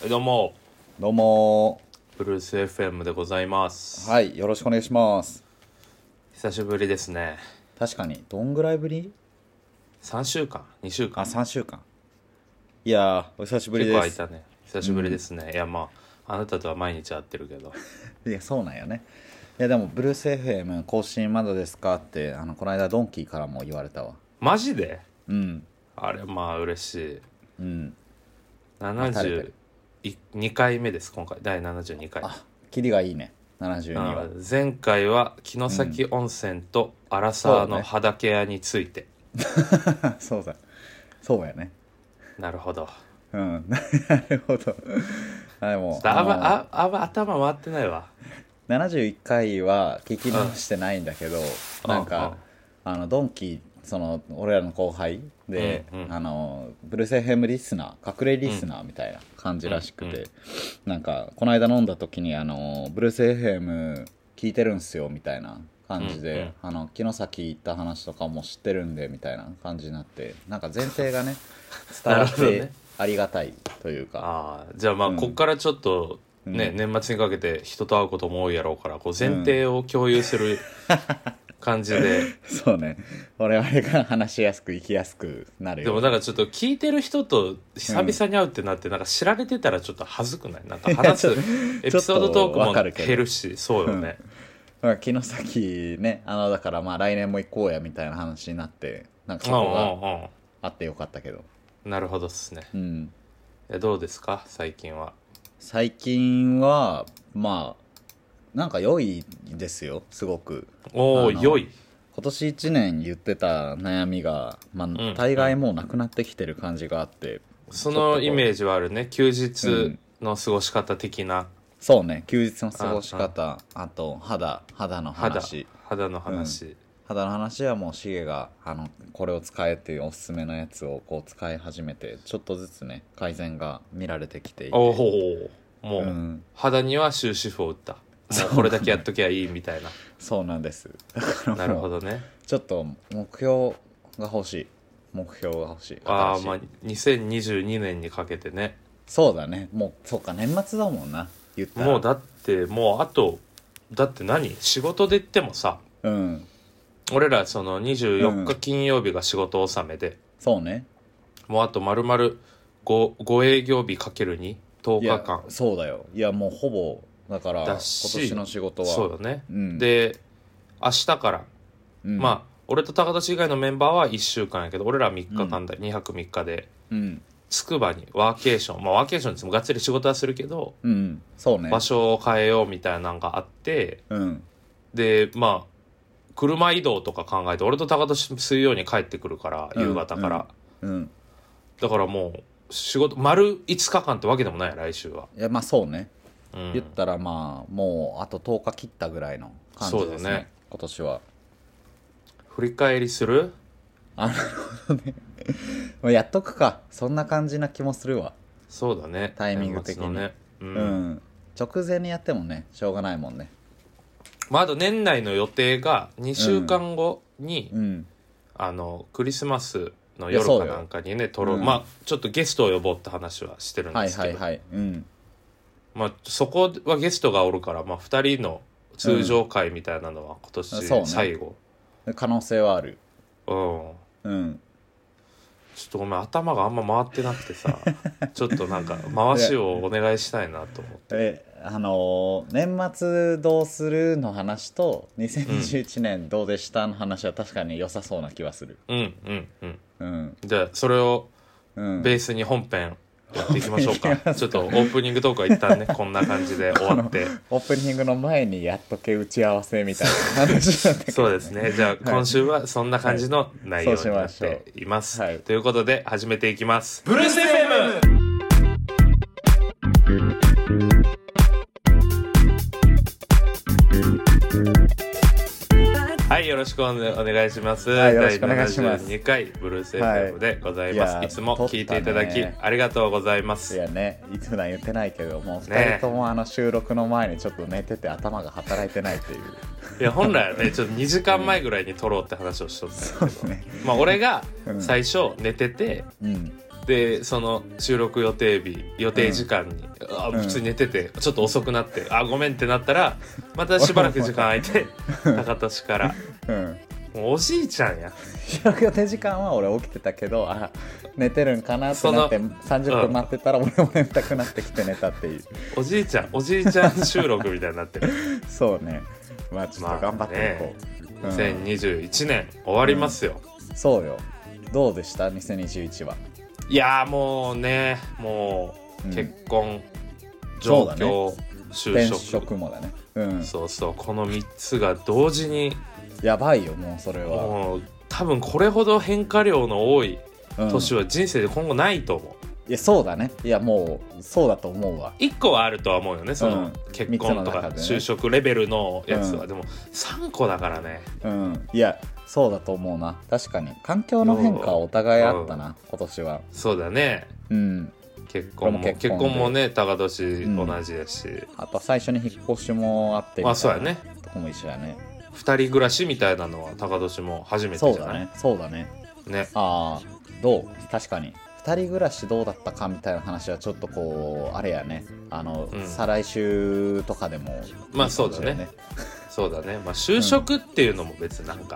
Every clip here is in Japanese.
どうもどうもブルース FM でございます。 はい、よろしくお願いします。 久しぶりですね。 確かにどんぐらいぶり 3週間2週間 3週間。いやーお久しぶりです。 結構空いたね。久しぶりですね、いやまああなたとは毎日会ってるけどいやそうなんよね。いやでもブルース FM 更新まだですかってこの間ドンキーからも言われたわ。 マジで。 うんあれまあ嬉しい。 うん 72回目です。今回第72回。 あ、キリがいいね。72は前回は城崎温泉と荒沢の肌ケアについて、 そうだそうやね。 なるほど。 うんなるほど。でも頭回ってないわ。 71回は聞き直してないんだけど、なんかドンキー俺らの後輩で、ブルース FM リスナー隠れリスナーみたいな感じらしくて、なんかこの間飲んだ時にブルース FM 聞いてるんすよみたいな感じで、城崎行った話とかも知ってるんでみたいな感じになって、なんか前提がね伝わってありがたいというか。 じゃあまあこっからちょっとね、年末にかけて人と会うことも多いやろうから、こう前提を共有する感じで、 そうね、我々が話しやすく生きやすくなるよ。 でもなんかちょっと聞いてる人と久々に会うってなって、なんか知られてたらちょっと恥ずくない？なんか話すエピソードトークも減るし。そうよね、 城崎ね、だからまあ来年も行こうやみたいな話になって、なんかそこがあってよかったけど。 なるほどっすね。どうですか最近は？ 最近はまあなんか良いですよ、すごく。 良い。 今年1年言ってた悩みが、大概もうなくなってきてる感じがあって、 そのイメージはあるね。休日の過ごし方的な、 そうね、休日の過ごし方、あと肌の話。 肌の話はもうシゲがこれを使えっていうおすすめのやつをこう使い始めて、ちょっとずつね改善が見られてきていて、 もう、肌には終止符を打った。もうこれだけやっときゃいいみたいな。 そうなんです。 なるほどね。 ちょっと目標が欲しい。 まあ2022年にかけてね。 そうだね。もうそうか、年末だもんな、言ったら。 もうだってだって仕事で言ってもさ、俺らその24日金曜日が仕事納めで、 そうね、 もうあと丸々 5営業日かける2、10日間。 そうだよ。いやもうほぼだから今年の仕事はそうだね、で明日から、まあ俺と高田以外のメンバーは1週間やけど、俺ら3日間で、2泊3日でつくばにワーケーション、ワーケーションですもがっつり仕事はするけど、 そうね、 場所を変えようみたいなのがあって、でまあ車移動とか考えて、俺と高田水曜に帰ってくるから、夕方から、だからもう仕事丸5日間ってわけでもない来週は。 いやまあそうね、言ったらまあもうあと10日切ったぐらいの感じです ね、今年は。 振り返りする？ なるほどねやっとくか、そんな感じな気もするわ。 そうだね、 タイミング的にね、直前にやってもねしょうがないもんね。 あと年内の予定が2週間後に、クリスマスの夜かなんかにね撮ろう、まあちょっとゲストを呼ぼうって話はしてるんですけど、まあそこはゲストがおるから、まあ2人の通常会みたいなのは今年最後、 可能性はある。 ちょっとごめん、頭があんま回ってなくてさちょっとなんか回しをお願いしたいなと思って。 年末どうするの話と2021年どうでしたの話は確かに良さそうな気はする。じゃあそれをベースに本編やっていきましょうか。ちょっとオープニングトークは一旦ねこんな感じで終わってオープニングの前にやっとけ打ち合わせみたいな話なんだけど、 そうですね。じゃあ今週はそんな感じの内容になっています、ということで始めていきます。ブルース FM。はい、よろしくお願いします。 よろしくお願いします。 第72回ブルース FM でございます、いつも聞いていただきありがとうございます。 いやね、普段言ってないけどもう2人とも収録の前にちょっと寝てて頭が働いてないっていう。 いや本来はねちょっと2時間前ぐらいに撮ろうって話をしとったんだけど、まあ俺が最初寝てて、 でその収録予定時間に、普通に寝ててちょっと遅くなって、ごめんってなったらまたしばらく時間空いて高俊から、もうおじいちゃんや。 収録予定時間は俺起きてたけど、寝てるんかなってなって30分待ってたら俺も眠たくなってきて寝たっていう、 おじいちゃん収録みたいになってるそうね。まあちょっと頑張っていこう、 2021年終わりますよ、 そうよ。どうでした2021は。 いやもうね、もう結婚、上京、就職、 転職もだね、 そうそう、この3つが同時にやばいよ。もうそれはもう多分これほど変化量の多い年は人生で今後ないと思う、 いやそうだね。いやもうそうだと思うわ。 1個はあるとは思うよね、その結婚とか就職レベルのやつは、でも3個だからね。 いやそうだと思うな。確かに環境の変化はお互いあったな、今年は。 そうだね。結婚もね、高年同じだし、 あと最初に引っ越しもあってみたいな、 そうやね。 とこも一緒やね。 2人暮らしみたいなのは高年も初めてじゃない？ そうだね。どう？確かに2人暮らしどうだったかみたいな話はちょっとこうあれやね。再来週とかでもまあそうだね。そうだね。まあ就職っていうのも別になんか、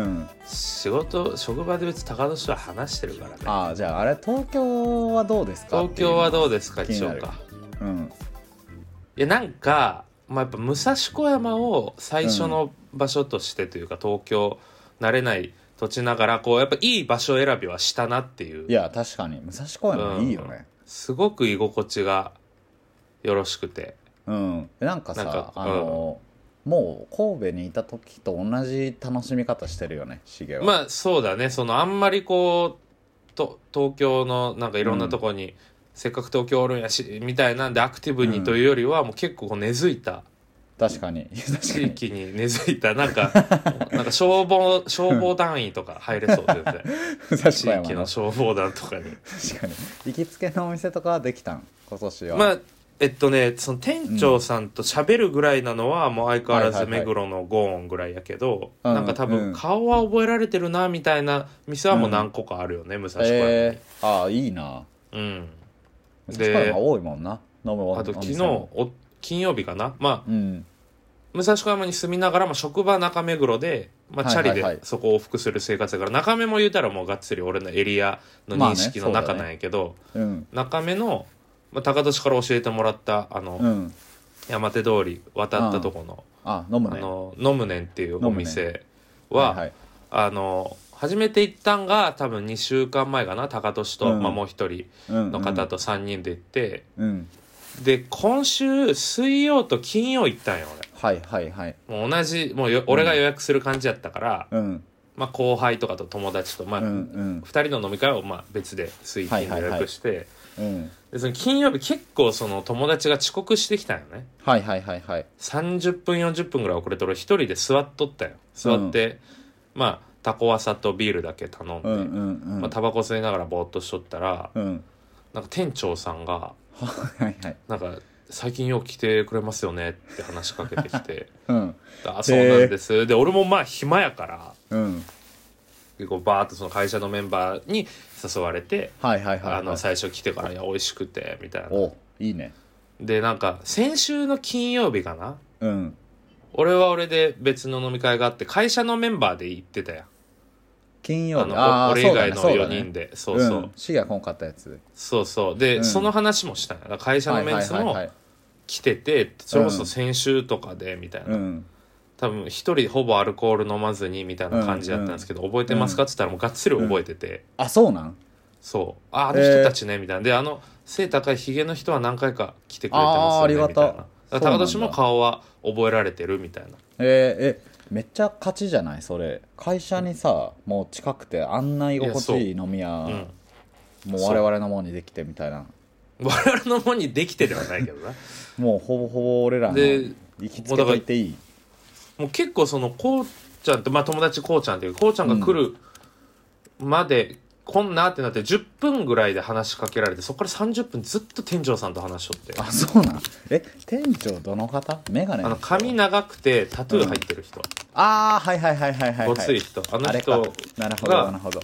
職場で別に高年は話してるからね。 じゃああれ東京はどうですか？ 東京はどうですかでしょうか。いやなんか、やっぱ武蔵小山を最初の場所としてというか、東京慣れない土地ながらこうやっぱいい場所選びはしたなっていう。 いや確かに武蔵小山いいよね、 すごく居心地がよろしくて、 なんかさ、もう神戸にいた時と同じ楽しみ方してるよね、シゲは。 まあそうだね。あんまりこう東京のなんかいろんなとこに、せっかく東京おるんやしみたいなんでアクティブにというよりは、もう結構こう根付いた、 確かに地域に根付いたなんか消防団員とか入れそうで地域の消防団とかに。 確かに行きつけのお店とかはできたん今年は。 その店長さんと喋るぐらいなのはもう相変わらず目黒のゴーンぐらいやけど、なんか多分顔は覚えられてるなみたいな店はもう何個かあるよね、武蔵小山に。 いいな。 で、 武蔵小山多いもんな。 あと昨日金曜日かな、武蔵小山に住みながらも職場中目黒で、チャリでそこを往復する生活だから、中目も言うたらもうがっつり俺のエリアの認識の中なんやけど、中目の、高年から教えてもらった山手通り渡ったとこの飲むねんっていうお店は、初めて行ったんが多分2週間前かな。高年と、もう一人の方と3人で行って、で今週水曜と金曜行ったんよ俺。もう同じ俺が予約する感じやったから、後輩とかと友達と、2人の飲み会を別で水金で予約して、でその金曜日結構その友達が遅刻してきたんよね。30分40分ぐらい遅れて俺一人で座っとったよ。座って、タコワサとビールだけ頼んで、タバコ吸いながらぼーっとしとったら、なんか店長さんがなんか最近よく来てくれますよねって話しかけてきて、そうなんです。で俺も暇やから、結構バーッとその会社のメンバーに誘われて、最初来てから美味しくてみたいな。 いいね。 でなんか先週の金曜日かな、俺は俺で別の飲み会があって会社のメンバーで行ってたやん。 金曜日俺以外の4人で、そうシゲが来んかったやつ。 そうで、その話もしたんや。会社のメンツも来てて、それこそ先週とかでみたいな、多分一人ほぼアルコール飲まずにみたいな感じだったんですけど、覚えてますかって言ったらもうがっつり覚えてて、 そうなん。 あの人たちねみたいな。で背高いヒゲの人は何回か来てくれてますよねみたいな。高年も顔は覚えられてるみたいな。 めっちゃ勝ちじゃないそれ。会社にさもう近くてあんな居心地いい飲み屋、もう我々のものにできてみたいな。 我々のものにできてではないけどなもうほぼほぼ俺らの行きつけといていい。 もう結構そのこうちゃんって、友達こうちゃんっていうこうちゃんが来るまで、こんなってなって10分ぐらいで話しかけられて、そこから30分ずっと店長さんと話しとって。 そうなん。店長どの方？メガネの人？ 髪長くてタトゥー入ってる人、 はいごつい人、あの人なるほど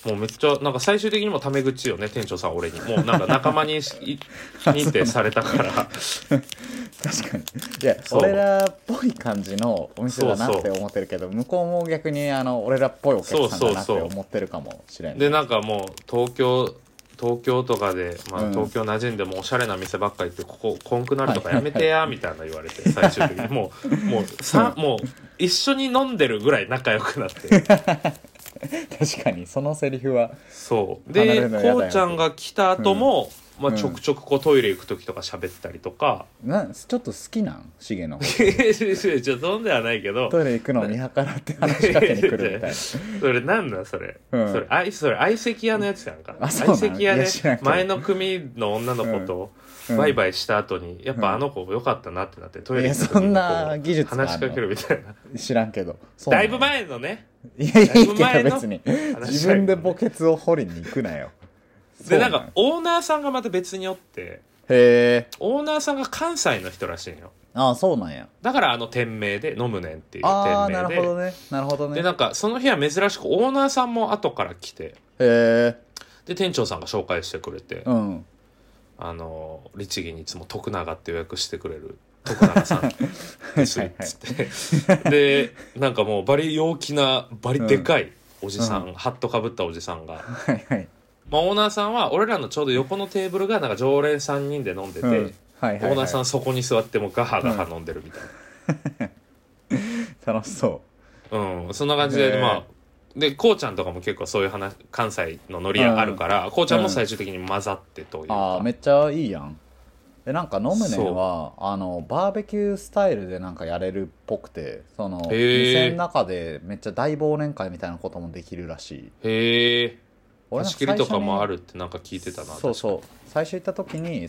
もうめっちゃなんか最終的にもタメ口よね店長さん俺にもうなんか仲間に認定されたから確かにいや俺らっぽい感じのお店だなって思ってるけど向こうも逆に俺らっぽいお客さんだなって思ってるかもしれない。 でなんかもう東京とかで、まあ、東京馴染んでもおしゃれな店ばっかり行ってここコンクなるとかやめてやみたいな言われて最終的にもう一緒に飲んでるぐらい仲良くなって確かにそのセリフはそうでこうちゃんが来た後も、まあ、ちょくちょくこうトイレ行く時とか喋ったりとか、 ちょっと好きなんシゲの方ちょっとそんではないけどトイレ行くのを見計らって話しかけに来るみたいなそれなんだそれ、それ相席屋のやつやんか。 相席屋で前の組の女の子とバイバイした後にやっぱあの子良かったなってなってトイレ行く時そんな技術話しかけるみたいな知らんけどだいぶ前のねいやいいけど別に自分で墓穴を掘りに行くなよでなんかオーナーさんがまた別におってへーオーナーさんが関西の人らしいよ。 ああそうなんや。 だから店名で飲むねんっていう店名でああなるほどねなるほどね。 でなんかその日は珍しくオーナーさんも後から来てへえで店長さんが紹介してくれて、 うん律儀にいつも徳永って予約してくれる徳永さんですっつってでなんかもうバリ陽気なバリでかいおじさん、ハットかぶったおじさんが、 はいはいまあ、オーナーさんは俺らのちょうど横のテーブルがなんか常連3人で飲んでて、 はいはいはい、 オーナーさんそこに座ってもガハガハ飲んでるみたいな、楽しそうそんな感じでまあでこうちゃんとかも結構そういう話関西のノリがあるから、こうちゃんも最終的に混ざってというか、 めっちゃいいやん。なんか飲むねんはバーベキュースタイルでなんかやれるっぽくて店の中でめっちゃ大忘年会みたいなこともできるらしい。 へえ貸し切りとかもあるってなんか聞いてたな。 そうそう最初行った時に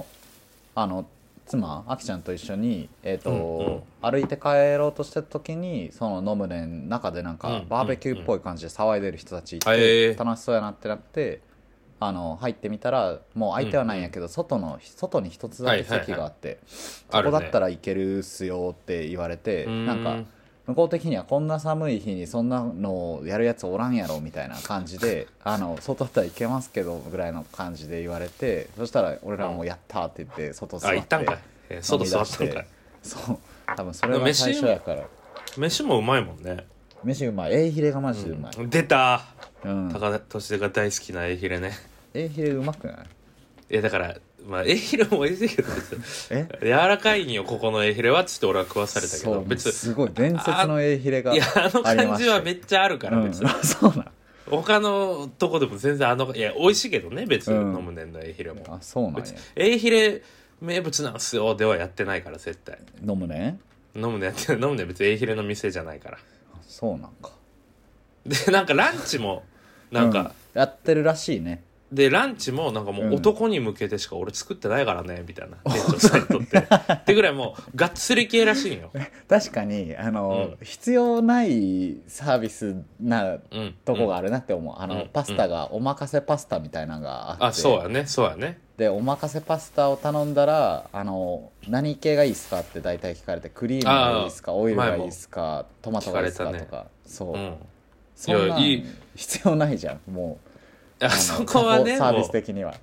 妻あきちゃんと一緒に、歩いて帰ろうとした時にその飲むねん中でなんかバーベキューっぽい感じで騒いでる人たちいて、楽しそうやなってなって入ってみたらもう相手はないんやけど、外に一つだけ席があって、そこだったらいけるっすよって言われて、なんか向こう的にはこんな寒い日にそんなのやるやつおらんやろみたいな感じで外だったらいけますけどぐらいの感じで言われて、そしたら俺らもやったって言って外座って行ったんかい外座ったんかい。 そう多分それが最初やから。 飯もうまいもんね。 飯うまい。エイヒレがマジでうまい、 出た、高俊が大好きなエイヒレね。 エイヒレうまくない？ だからまあエイヒレも美味しいけど柔らかいんよここのエイヒレはっつって俺は食わされたけど、別にすごい伝説のエイヒレがいや感じはめっちゃあるから別に、 そうなん他のとこでも全然いや美味しいけどね別に飲むねんのエイヒレも、 そうなんや。 エイヒレ名物なんすよではやってないから絶対。 飲むねやってない。飲むね別にエイヒレの店じゃないから。 そうなんか。 でなんかランチもなんか、 やってるらしいね。 でランチもなんかもう男に向けてしか俺作ってないからねみたいな、店長さんにとってってぐらいもうがっつり系らしいんよ。 確かに必要ないサービスなとこがあるなって思う。パスタがおまかせパスタみたいなのがあって、 そうやねでおまかせパスタを頼んだら何系がいいっすかって大体聞かれて、クリームがいいっすかオイルがいいっすかトマトがいいっすかとか、そう、そんなん必要ないじゃんもう。 そこはねサービス的には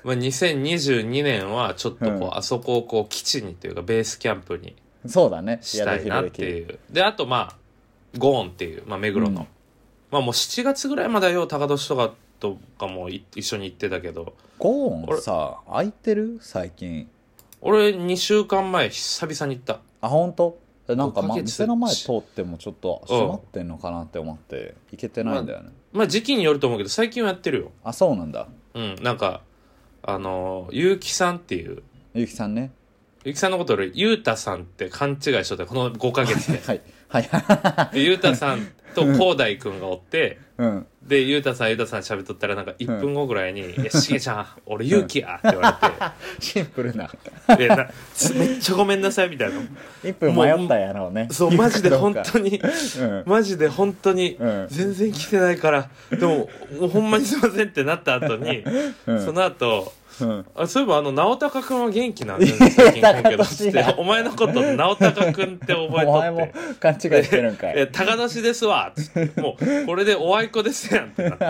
2022年はちょっとこう、あそこをこう基地にというかベースキャンプにそうだねしたいなっていう。であとまあゴーンっていう、目黒の、まあもう7月ぐらいまではよう高年とかも一緒に行ってたけど、 ゴーンさ空いてる最近？ 俺2週間前久々に行った。 本当？なんか店の前通ってもちょっと閉まってんのかなって思って行けてないんだよね。 まあ時期によると思うけど最近はやってるよ。 そうなんだ。 なんか結城さんっていう結城さんね。 結城さんのこと俺ゆうたさんって勘違いしとったこの5ヶ月ではいゆうたさんと広大くんがおって、でゆうたさん喋っとったらなんか1分後ぐらいに「いやしげちゃん俺ゆうきや」って言われてシンプルなめっちゃごめんなさいみたいな。 1分迷ったんやろうね。 そうマジで本当にマジで本当に全然来てないからでもほんまにすいませんってなった後にその後そういえば直高くんは元気なんだよね最近来んけどってお前のこと直高くんって覚えとってお前も勘違いしてるんかい。 高年ですわっつってもうこれでおあいこですやんってなって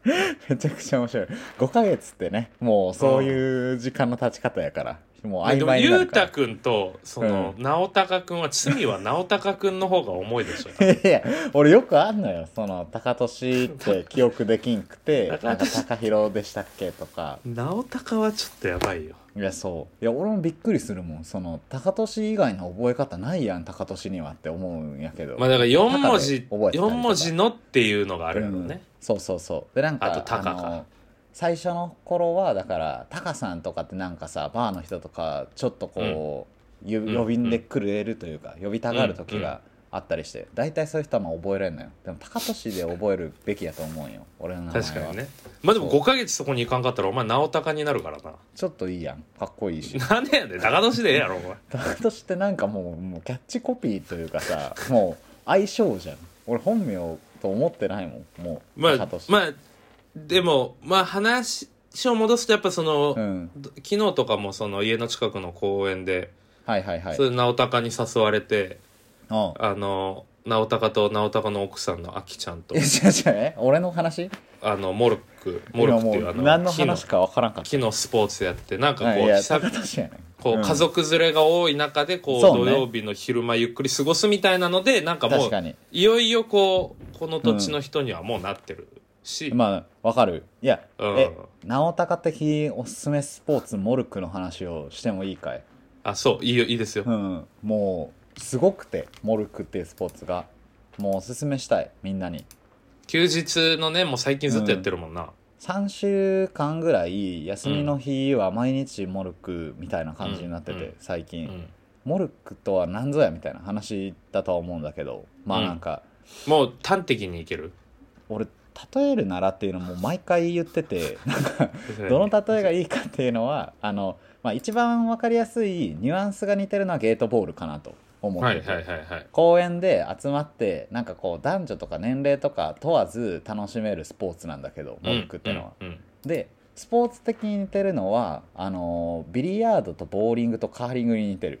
めちゃくちゃ面白い。5ヶ月ってね、もうそういう時間の経ち方やから、もう曖昧になるから。 でもゆうたくんとその、直隆くんは罪は直隆くんの方が重いでしょ。 いや俺よくあんのよ、その高俊って記憶できんくてなんか高弘でしたっけとか。 直隆はちょっとやばいよ。 いやそういや俺もびっくりするもん、その高俊以外の覚え方ないやん高俊にはって思うんやけど、 まあだから4文字高で覚えてたりとか 4文字のっていうのがあるのね、 そうそうそうでなんかあとタカか最初の頃はだからタカさんとかってなんかさバーの人とかちょっとこう、呼びんでくれるというか、呼びたがる時があったりして大体そういう人はまあ覚えれんのよ。でも高俊で覚えるべきやと思うんよ俺の名前は。 確かにね。まあでも5ヶ月そこに行かんかったらお前直隆になるからな。 ちょっといいやん、かっこいいし。 なんでやねん、高年でええやろお前。 高俊ってなんかもうキャッチコピーというかさもう相性じゃん。俺本名と思ってないもんもう。 まあ高俊でもまあ話を戻すとやっぱその、 うん昨日とかもその家の近くの公園で、 はいはいはい。 それ直隆に誘われて、 ああ直隆と直隆の奥さんのあきちゃんと違う違う俺の話モルックっていう何の話か分からんかった。 木のスポーツやってなんかこういや久々 高俊やねこう家族連れが多い中でこうそうね土曜日の昼間ゆっくり過ごすみたいなのでなんかもう確かにいよいよこの土地の人にはもうなってるし、 まあ分かる。いや、 うん直高的おすすめスポーツモルックの話をしてもいいかい。 あそういいよいいですよ、 もうすごくてモルックっていうスポーツがもうおすすめしたいみんなに。 休日のねもう最近ずっとやってるもんな、 3週間ぐらい休みの日は毎日モルックみたいな感じになってて、最近、モルックとは何ぞやみたいな話だとは思うんだけど、まあなんか、 もう端的にいける。 俺例えるならっていうのも毎回言っててなんかどの例えがいいかっていうのはまあ、一番分かりやすいニュアンスが似てるのはゲートボールかなと思ってて、公園で集まってなんかこう男女とか年齢とか問わず楽しめるスポーツなんだけどモルックっていうのは、でスポーツ的に似てるのはビリヤードとボーリングとカーリングに似てる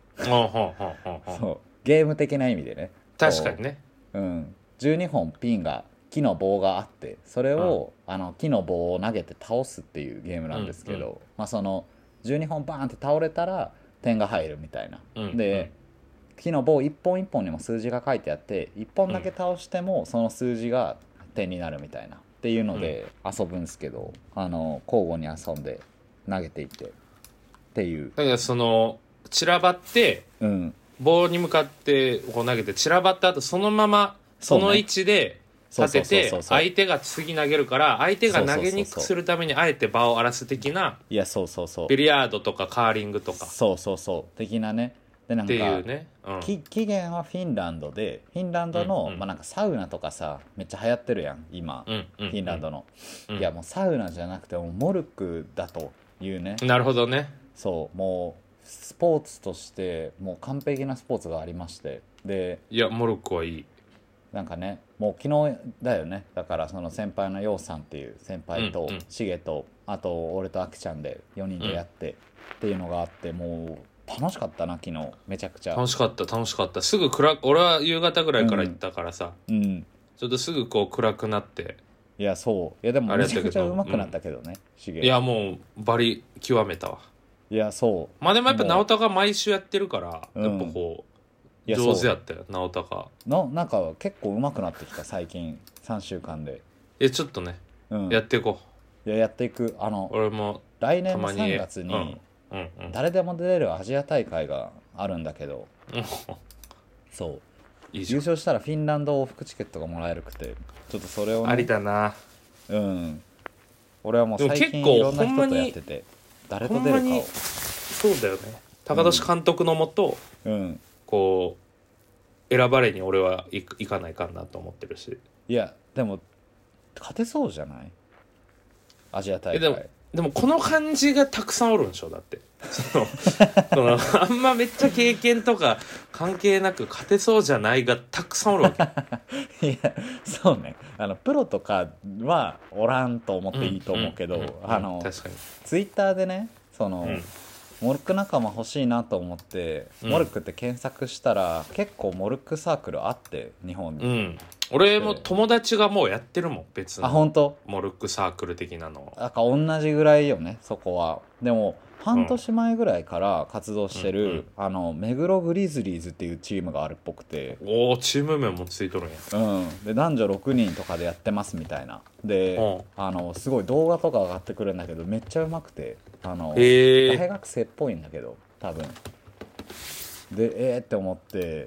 そうゲーム的な意味でね。 確かにね、 12本ピンが木の棒があってそれを、木の棒を投げて倒すっていうゲームなんですけど、まあ、その12本バーンって倒れたら点が入るみたいな、で木の棒一本一本にも数字が書いてあって1本だけ倒してもその数字が点になるみたいなっていうので遊ぶんですけど、交互に遊んで投げていってっていう。 だからその散らばって、棒に向かってこう投げて散らばった後そのままその位置で立てて相手が次投げるから相手が投げにくくするためにあえて場を荒らす的な、 いやそうそうそうビリヤードとかカーリングとかそうそうそう的なね。でなんかっていうね、 起源はフィンランドでフィンランドの、まあ、なんかサウナとかさめっちゃ流行ってるやん今、フィンランドの、いやもうサウナじゃなくてもモルックだというね。 なるほどね。 そうもうスポーツとしてもう完璧なスポーツがありまして、でいやモルックはいい。 なんかねもう昨日だよね。だからその先輩のヨウさんっていう先輩とシゲとあと俺とアキちゃんで4人でやってっていうのがあって、もう楽しかったな昨日めちゃくちゃ。 楽しかったすぐ俺は夕方ぐらいから行ったからさ、ちょっとすぐこう暗くなって。 いやそういやでもめちゃくちゃ上手くなったけどね、シゲ。 いやもうバリ極めたわ。 いやそうまあでもやっぱ直太が毎週やってるから、やっぱこう上手やったよ直太なんか結構上手くなってきた最近3週間で。 ちょっとね、やっていこう。いややっていく。 俺も来年の3月に誰でも出れるアジア大会があるんだけど、そう優勝したらフィンランド往復チケットがもらえるくて、ちょっとそれをね、 ありだな。 俺はもう最近いろんな人とやってて誰と出るかを。 そうだよね。高年監督のもと、こう選ばれに俺は行かないかんなと思ってるし。 いやでも勝てそうじゃない？アジア大会。 でもこの感じがたくさんおるんでしょ。だってそのあんまめっちゃ経験とか関係なく勝てそうじゃないがたくさんおるわけ。いやそうね、プロとかはおらんと思っていいと思うけど、 確かにツイッターでねその、モルック仲間欲しいなと思って、モルックって検索したら結構モルックサークルあって日本に、 俺も友達がもうやってるもん別の本当モルックサークル的なの。 なんか同じぐらいよねそこは。でも半年前ぐらいから活動してる、目黒グリズリーズっていうチームがあるっぽくて、 おおチーム名もついとるんや。 で男女6人とかでやってますみたいな。で、すごい動画とか上がってくるんだけどめっちゃうまくて、大学生っぽいんだけど多分でって思って、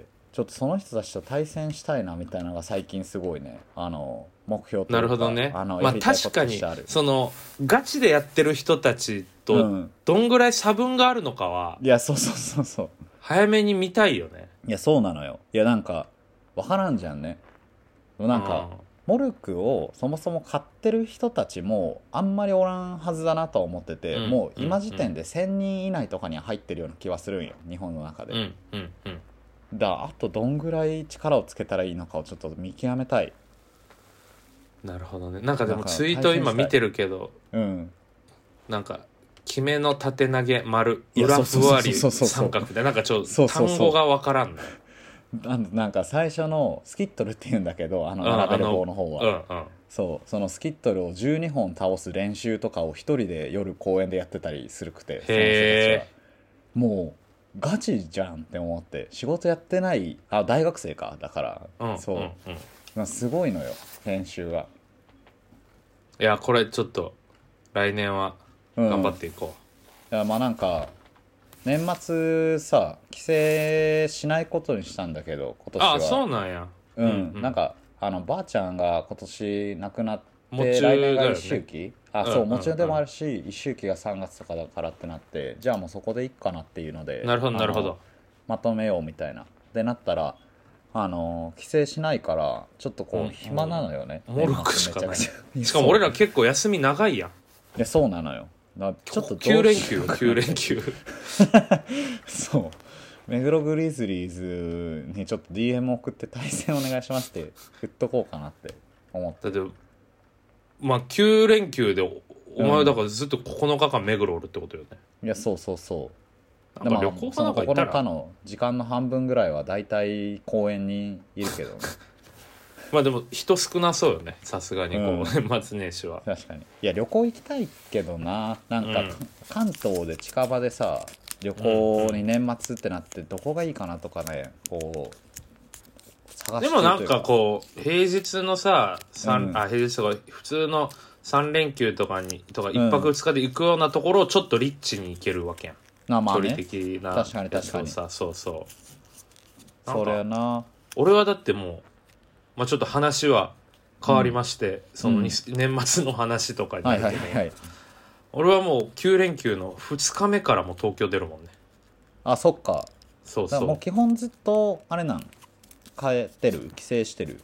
ちょっとその人たちと対戦したいなみたいなのが最近すごいね目標というか。 なるほどね。まあ確かにそのガチでやってる人たちとどんぐらい差分があるのかは、 いやそう早めに見たいよね。 いやそうなのよ。いやなんか分からんじゃんね。なんかモルクをそもそも買ってる人たちもあんまりおらんはずだなと思ってて、もう今時点で1000人以内とかには入ってるような気はするんよ日本の中で。あとどんぐらい力をつけたらいいのかをちょっと見極めたい。 なるほどね。なんかでもツイート今見てるけど、なんか決めの縦投げ丸裏ふわり三角でなんかちょっと単語がわからんね。 なんか最初のスキットルっていうんだけど並べる方の方は、そのスキットルを12本倒す練習とかを一人で夜公園でやってたりするくて、その人たちはもうガチじゃんって思って。仕事やってない大学生かだから、すごいのよ練習が。 いやこれちょっと来年は頑張っていこう。いやまあなんか年末さ帰省しないことにしたんだけど今年は。 そうなんや。 なんかばあちゃんが今年亡くなって来年が一周期、そうもちろんでもあるし、一周期が3月とかだからってなって、じゃあもうそこでいっかなっていうので、 なるほどなるほど、 まとめようみたいなでなったら帰省しないからちょっとこう暇なのよね。 モルクしかない。しかも俺ら結構休み長いやん。 いやそうなのよ。ちょっと 9連休9連休そう目黒グリズリーズにちょっと DM 送って対戦お願いしますって振っとこうかなって思って。 だってまあ9連休でお前だからずっと9日間目黒おるってことよね。 いやそうでも旅行かなんか行ったら 9日の時間の半分ぐらいはだいたい公園にいるけどねまあでも人少なそうよねさすがにこう、年末年始は。 確かに。いや旅行行きたいけどなんか、関東で近場でさ旅行に年末ってなってどこがいいかなとかねこう探してるというか。 でもなんかこう平日のさ、平日とか普通の3連休とか1泊2日で行くようなところをちょっとリッチに行けるわけやん。 まあね、 距離的な確かにさ。そうそれやな。 俺はだってもうまあ、ちょっと話は変わりまして、その年末の話とかになるけど、俺はもう9連休の2日目からもう東京出るもんね。 そっか。 そうもう基本ずっとあれなん帰ってる帰省してる。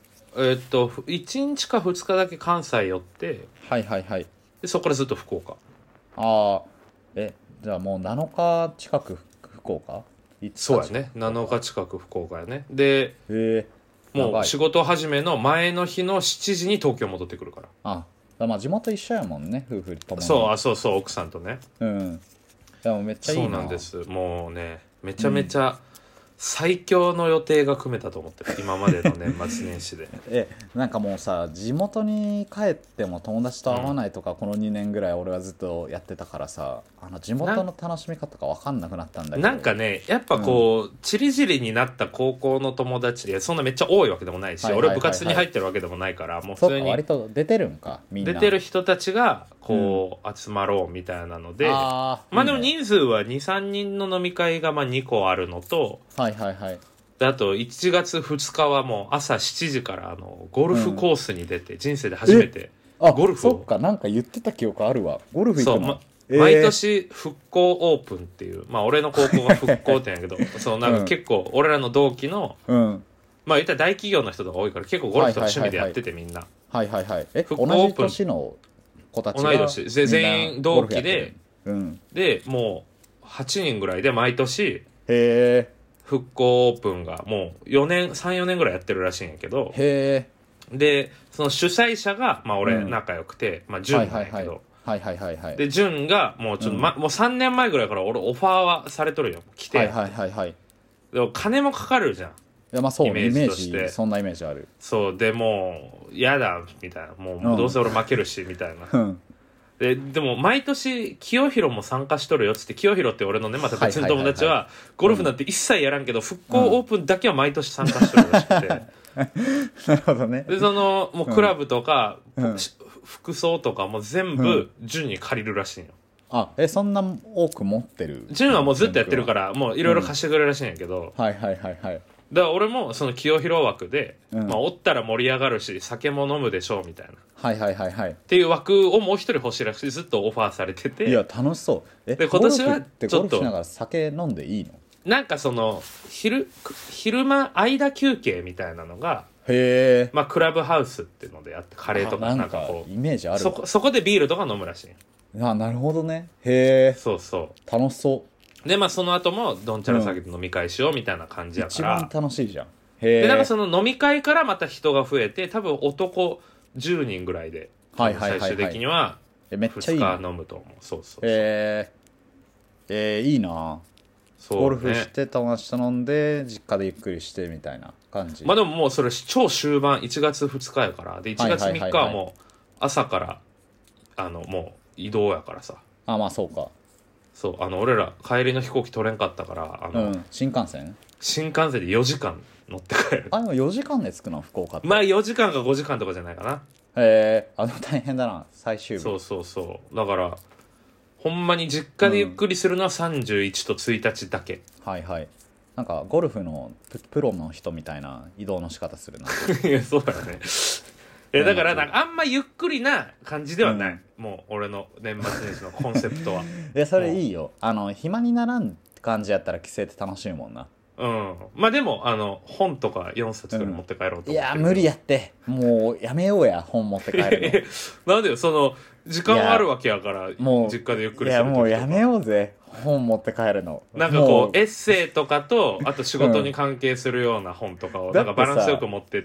1日か2日だけ関西寄ってでそこからずっと福岡。 じゃあもう7日近く福岡。 そうやね7日近く福岡やね。でもう仕事始めの前の日の7時に東京戻ってくるから。 まあ地元一緒やもんね夫婦ともに。 そう奥さんとね。 でもめっちゃいいな。 そうなんです。もうねめちゃめちゃ最強の予定が組めたと思ってる今までの年末年始でなんかもうさ地元に帰っても友達と会わないとか、この2年ぐらい俺はずっとやってたからさ地元の楽しみ方が分かんなくなったんだけど。 なんかねやっぱこう、チリジリになった高校の友達でそんなめっちゃ多いわけでもないし、俺部活に入ってるわけでもないからもう普通に割と出てるんかみんな出てる人たちがこう、集まろうみたいなのでまあでも人数は 2,3 人の飲み会がまあ2個あるのとであと1月2日はもう朝7時からゴルフコースに出て、人生で初めてゴルフを。 そっかなんか言ってた記憶あるわ。ゴルフ行くの。 毎年復興オープンっていうまあ俺の高校が復興店やけどそうなんか結構俺らの同期の、まあ言ったら大企業の人とか多いから結構ゴルフとか趣味でやっててみんな。 復興オープン同じ年の子たちが同い年全員同期で、でもう8人ぐらいで毎年復興オープンがもう3,4年ぐらいやってるらしいんやけど、でその主催者がまあ俺仲良くて、まあ潤なんやけど、で潤がもうちょっと、もう3年前ぐらいから俺オファーはされとるよ来て、でも金もかかるじゃん。 いやまあそうイメージとして、 そんなイメージある。 そうでもう嫌だみたいな、もうどうせ俺負けるしみたいな、 うん、 でも毎年清弘も参加しとるよっつって、清弘って俺のねまた別の友達はゴルフなんて一切やらんけど、復興オープンだけは毎年参加しとるらしくて、 なるほどね。 でもうクラブとか、服装とかも全部純に借りるらしいよ。 あ、そんな多く持ってる？ 純はもうずっとやってるからもういろいろ貸してくれるらしいんやけど、 はいはいはいはい。 だから俺もその清弘枠で、おったら盛り上がるし酒も飲むでしょうみたいな、 はいはいはいはい、 っていう枠をもう一人欲しいらしい、ずっとオファーされてて。 いや楽しそう。 で今年はちょっとゴルフしながら酒飲んでいいの？ なんかその昼間間休憩みたいなのが、 へえ、 まあクラブハウスっていうのでやって、カレーとかなんかこうイメージある。 そこでビールとか飲むらしい。 あ、なるほどね。へえ、 そうそう、 楽しそう。 でまあその後もどんちゃら酒で飲み会しようみたいな感じやから、 一番楽しいじゃん。へえ。 でなんかその飲み会からまた人が増えて、多分男10人ぐらいで、最終的には2日飲むと思う。そうそうそう。 へえ、いいな。そうね、ゴルフして友達と飲んで実家でゆっくりしてみたいな感じ。 まあでももうそれ超終盤1月2日やから、で1月3日はもう朝からもう移動やからさ。 あ、まあそうか。 そう俺ら帰りの飛行機取れんかったから新幹線で4時間乗って帰る。 でも4時間で着くの福岡って。 まあ4時間か5時間とかじゃないかな。 でも大変だな最終日。 そうそうそう、だからほんまに実家でゆっくりするのは31と1日だけ、 はいはい。なんかゴルフのプロの人みたいな移動の仕方するな。 いやそうだよね。だからなんかあんまゆっくりな感じではない、もう俺の年末年始のコンセプトは。 いやそれいいよ。暇にならん感じやったら帰省って楽しいもんな。 まあでも本とか4冊ぐらい持って帰ろうと思って、 いや無理やって、もうやめようや本持って帰るの。なんでよ、その時間あるわけやからもう実家でゆっくりする時とか。 いやもうやめようぜ本持って帰るの。 なんかこうエッセイとかとあと仕事に関係するような本とかをなんかバランスよく持ってって、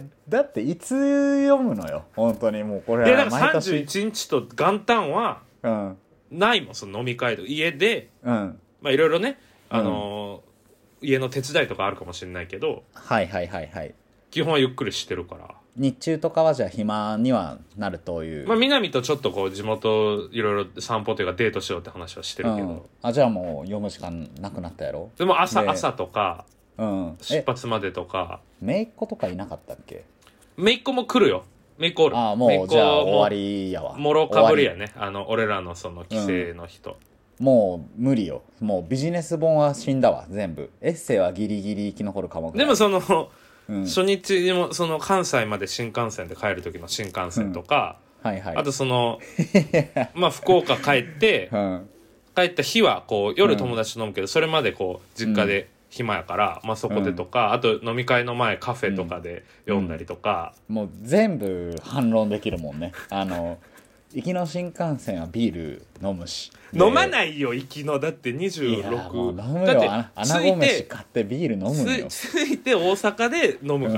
だっていつ読むのよ本当に。もうこれは毎年。でなんか31日と元旦はないもん、その飲み会と家で、まあいろいろね家の手伝いとかあるかもしれないけど、 はいはいはいはい、 基本はゆっくりしてるから。 日中とかはじゃあ暇にはなるという。 まあ南とちょっとこう地元いろいろ散歩というかデートしようって話はしてるけど、 じゃあもう読む時間なくなったやろ。 でも朝とか、出発までとか。 姪っ子とかいなかったっけ？ 姪っ子も来るよ。姪っ子おる。 もうじゃあ終わりやわ。 もろかぶりやね、俺らのその帰省の人、 もう無理よ。もうビジネス本は死んだわ全部。エッセイはギリギリ生き残るかも。 でもその初日にもその関西まで新幹線で帰る時の新幹線とか、あとそのまあ福岡帰って、帰った日はこう夜友達と飲むけど、それまでこう実家で暇やから、まあそこでとか、あと飲み会の前カフェとかで読んだりとか、 もう全部反論できるもんね。行きの新幹線はビール飲むし。 飲まないよ行きの。だって26。 いやもう飲むよ。穴子飯買ってビール飲むよ。 着いて大阪で飲むから、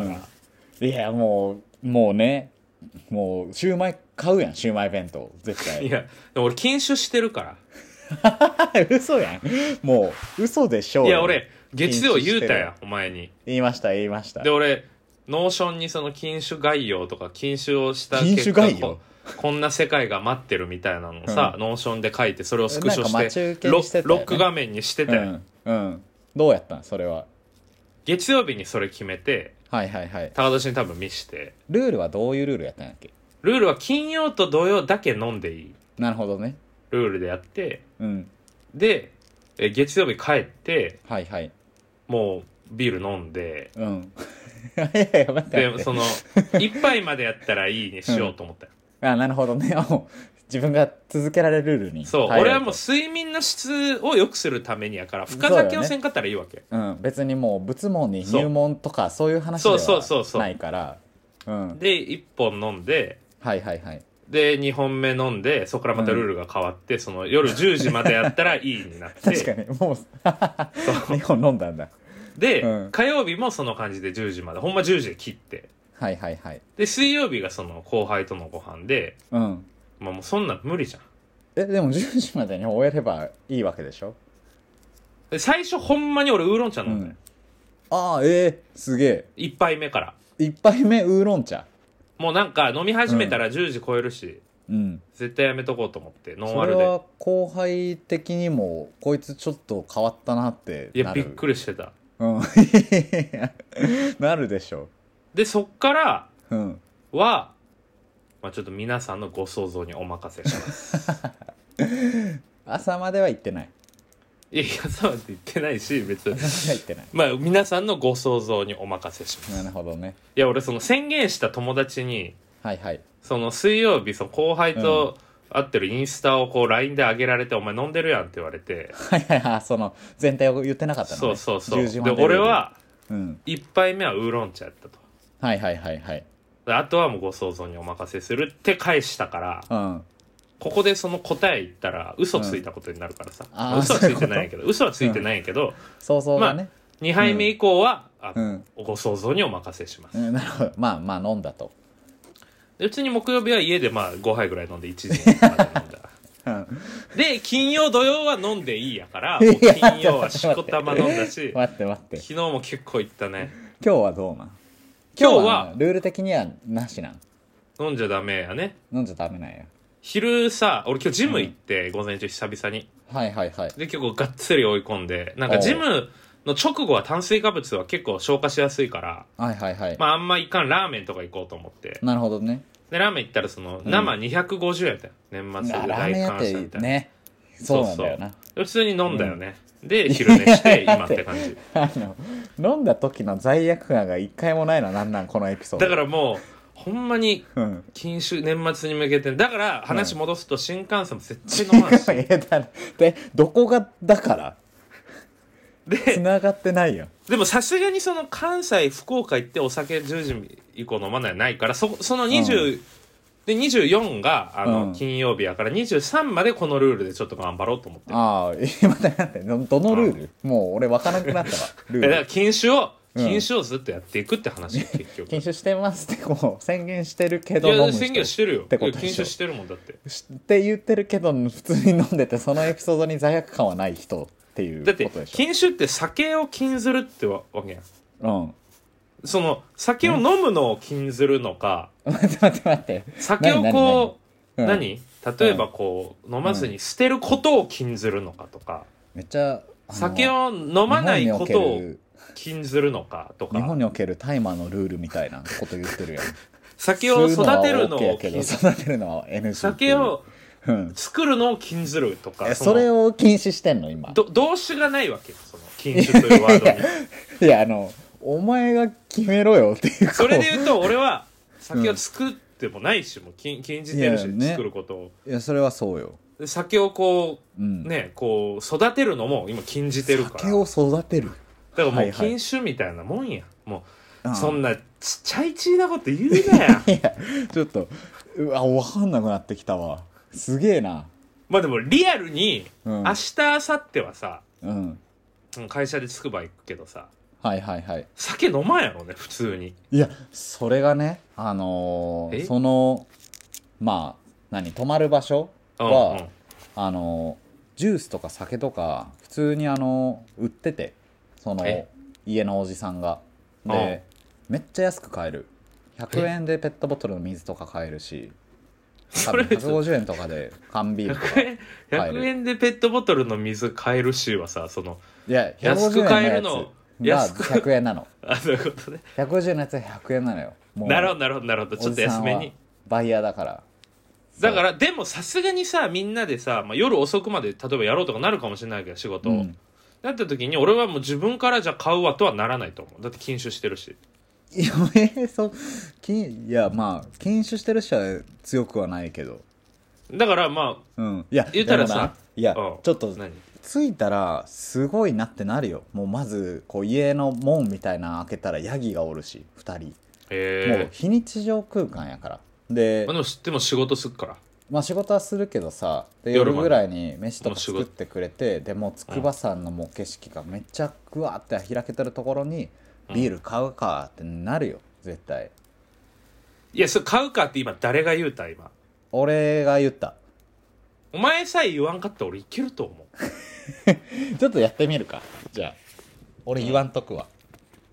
いやもうね、もうシューマイ買うやん。シューマイ弁当絶対。 いやでも俺禁酒してるから嘘やん。もう嘘でしょう。 いや俺月曜言うたやんお前に。 言いましたで俺ノーションにその禁酒概要とか禁酒をした結果こんな世界が待ってるみたいなのをさ、ノーションで書いてそれをスクショしてロック画面にしてたよ、 どうやったんそれは。 月曜日にそれ決めて、高年に多分見して。 ルールはどういうルールやったんやっけ？ ルールは金曜と土曜だけ飲んでいい。 なるほどね。 ルールでやって、で月曜日帰って、もうビール飲んで、でその1杯までやったらいいにしようと思ったよ。 なるほどね。自分が続けられるルールに。 そう、俺はもう睡眠の質を良くするためにやから深酒をせんかったらいいわけ。 別にもう仏門に入門とかそういう話ではないから。 で1本飲んで、で2本目飲んで、そこからまたルールが変わって、その夜10時までやったらいいになって確かにもう2本飲んだんだ。 で、火曜日もその感じで10時までほんま10時で切って、で水曜日がその後輩とのご飯で、まあもうそんなん無理じゃん。 でも10時までに終えればいいわけでしょ。 で最初ほんまに俺ウーロン茶飲んだよ、 ああ、すげえ。 1杯目から。 1杯目ウーロン茶。 もうなんか飲み始めたら10時超えるし、 うん。 絶対やめとこうと思って、ノンそアルで。 れは後輩的にも、こいつちょっと変わったなっていや、びっくりしてた。 うん。なるでしょ。 で、そっからうん。 は、まあちょっと皆さんのご想像にお任せします。 朝までは行ってない。 いや、そうって言ってないし、別に。 朝までは行ってない。 まあ皆さんのご想像にお任せします。 なるほどね。 いや、俺その宣言した友達に、 はいはい。 その水曜日、その後輩と会ってるインスタをこう LINE で上げられて、お前飲んでるやんって言われて。 はいはいはい、その全体を言ってなかったのね。 そうそうそう。 10時で、 まで俺は、 うん。 1杯目はウーロン茶やったと。 はいはいはいはい。 であとはもうご想像にお任せするって返したから、 うん。 ここでその答え言ったら嘘ついたことになるからさ。 あーまあ嘘はついてないんやけど、嘘はついてないんやけど、 想像がね。 2杯目以降は、 うんご想像にお任せします。 なるほど。まあまあ飲んだと。 で普通に木曜日は家でまあ5杯ぐらい飲んで1時まで飲んだ。 うん。 で、金曜土曜は飲んでいいやから、 いやもう金曜はしこたま飲んだし、 待って待って。 昨日も結構行ったね。 今日はどうなん？ 今日はルール的にはなしなん？ 飲んじゃダメやね。 飲んじゃダメなんや。 昼さ、俺今日ジム行って、午前中久々に。 はいはいはい。 で、結構がっつり追い込んで、なんかジムの直後は炭水化物は結構消化しやすいから、 はいはいはい。 まああんまいかんラーメンとか行こうと思って。 なるほどね。 で、ラーメン行ったらその、生250円だよ。年末で大感謝みたいな。 ね。そうなんだよな。 普通に飲んだよね。で、昼寝して今って感じ。 飲んだ時の罪悪感が一回もないのなんこのエピソード。 だからもう、ほんまにうん禁酒年末に向けて、だから話戻すと新幹線も絶対飲まんし。 でどこがだからで、 繋がってないよ。 でもさすがにその関西福岡行ってお酒10時以降飲まないから、その20、で24が金曜日やから23までこのルールでちょっと頑張ろうと思ってる。 ああ、待ってどのルール？もう俺分からなくなったわ。ルール。 だから禁酒をずっとやっていくって話、結局。 禁酒してますってこう宣言してるけどいや飲む人宣言してるよ。 ってことでしょ。 禁酒してるもんだって。 って言ってるけど普通に飲んでてそのエピソードに罪悪感はない人っていうこだってとでしょ。 禁酒って酒を禁ずるってわけやん。 うん。 その酒を飲むのを禁ずるのか、 待って酒をこう何例えばこう飲まずに捨てることを禁ずるのかとか、 めっちゃ酒を飲まないことを禁ずるのかとか、 日本における大麻のルールみたいなこと言ってるやん。 酒を育てるのを禁育てるのは NG。 酒を作るのを禁ずるとか、 それを禁止してんの今。 動詞がないわけよ、その禁酒というワードに。 いやお前が決めろよっていう。 それで言うと俺は酒を作ってもないし、もう禁じてるし、 ね、 作ることを。 いやそれはそうよ。 酒をこう、ね、こう育てるのも今禁じてるから。 酒を育てる。 だからもう禁酒みたいなもんや。もうそんなちっちゃいちいなこと言うなや。 いやちょっと分かんなくなってきたわ。すげえな。 まあでもリアルに、明日明後日はさ、会社でつくば行くけどさ、 はいはいはい、 酒飲まんやろね普通に。 いやそれがねそのまあ泊まる場所は、ジュースとか酒とか普通に売ってて、その家のおじさんがでめっちゃ安く買える。100円でペットボトルの水とか買えるし、多分150円とかで缶ビールとか 100円でペットボトルの水買えるしはさ、そのいや安く買えるのが100円なの。 あ、そういうことね。 150円のやつは100円なのよ。もうなるほどなるほどなるほど。ちょっと安めに。 バイヤーだから。 だからでもさすがにさ、みんなでさ、夜遅くまで例えばやろうとかなるかもしれないけど仕事を、なった時に俺はもう自分からじゃ買うわとはならないと思う。だって禁酒してるし。 いやまあ禁酒してる人は強くはないけど、 だからまあ、 いや言ったらさ、 いや、ちょっと着いたらすごいなってなるよ。もうまずこう家の門みたいなの開けたらヤギがおるし2人、もう非日常空間やからで、 でも仕事すっから、 まあ仕事はするけどさ、で夜ぐらいに飯とか作ってくれて、でも筑波山のもう景色がめっちゃグワーって開けてるところにビール買うかってなるよ絶対。 いやそれ買うかって今誰が言うた？今俺が言った。 お前さえ言わんかったら俺いけると思う。 ちょっとやってみるか。じゃあ俺言わんとくわ。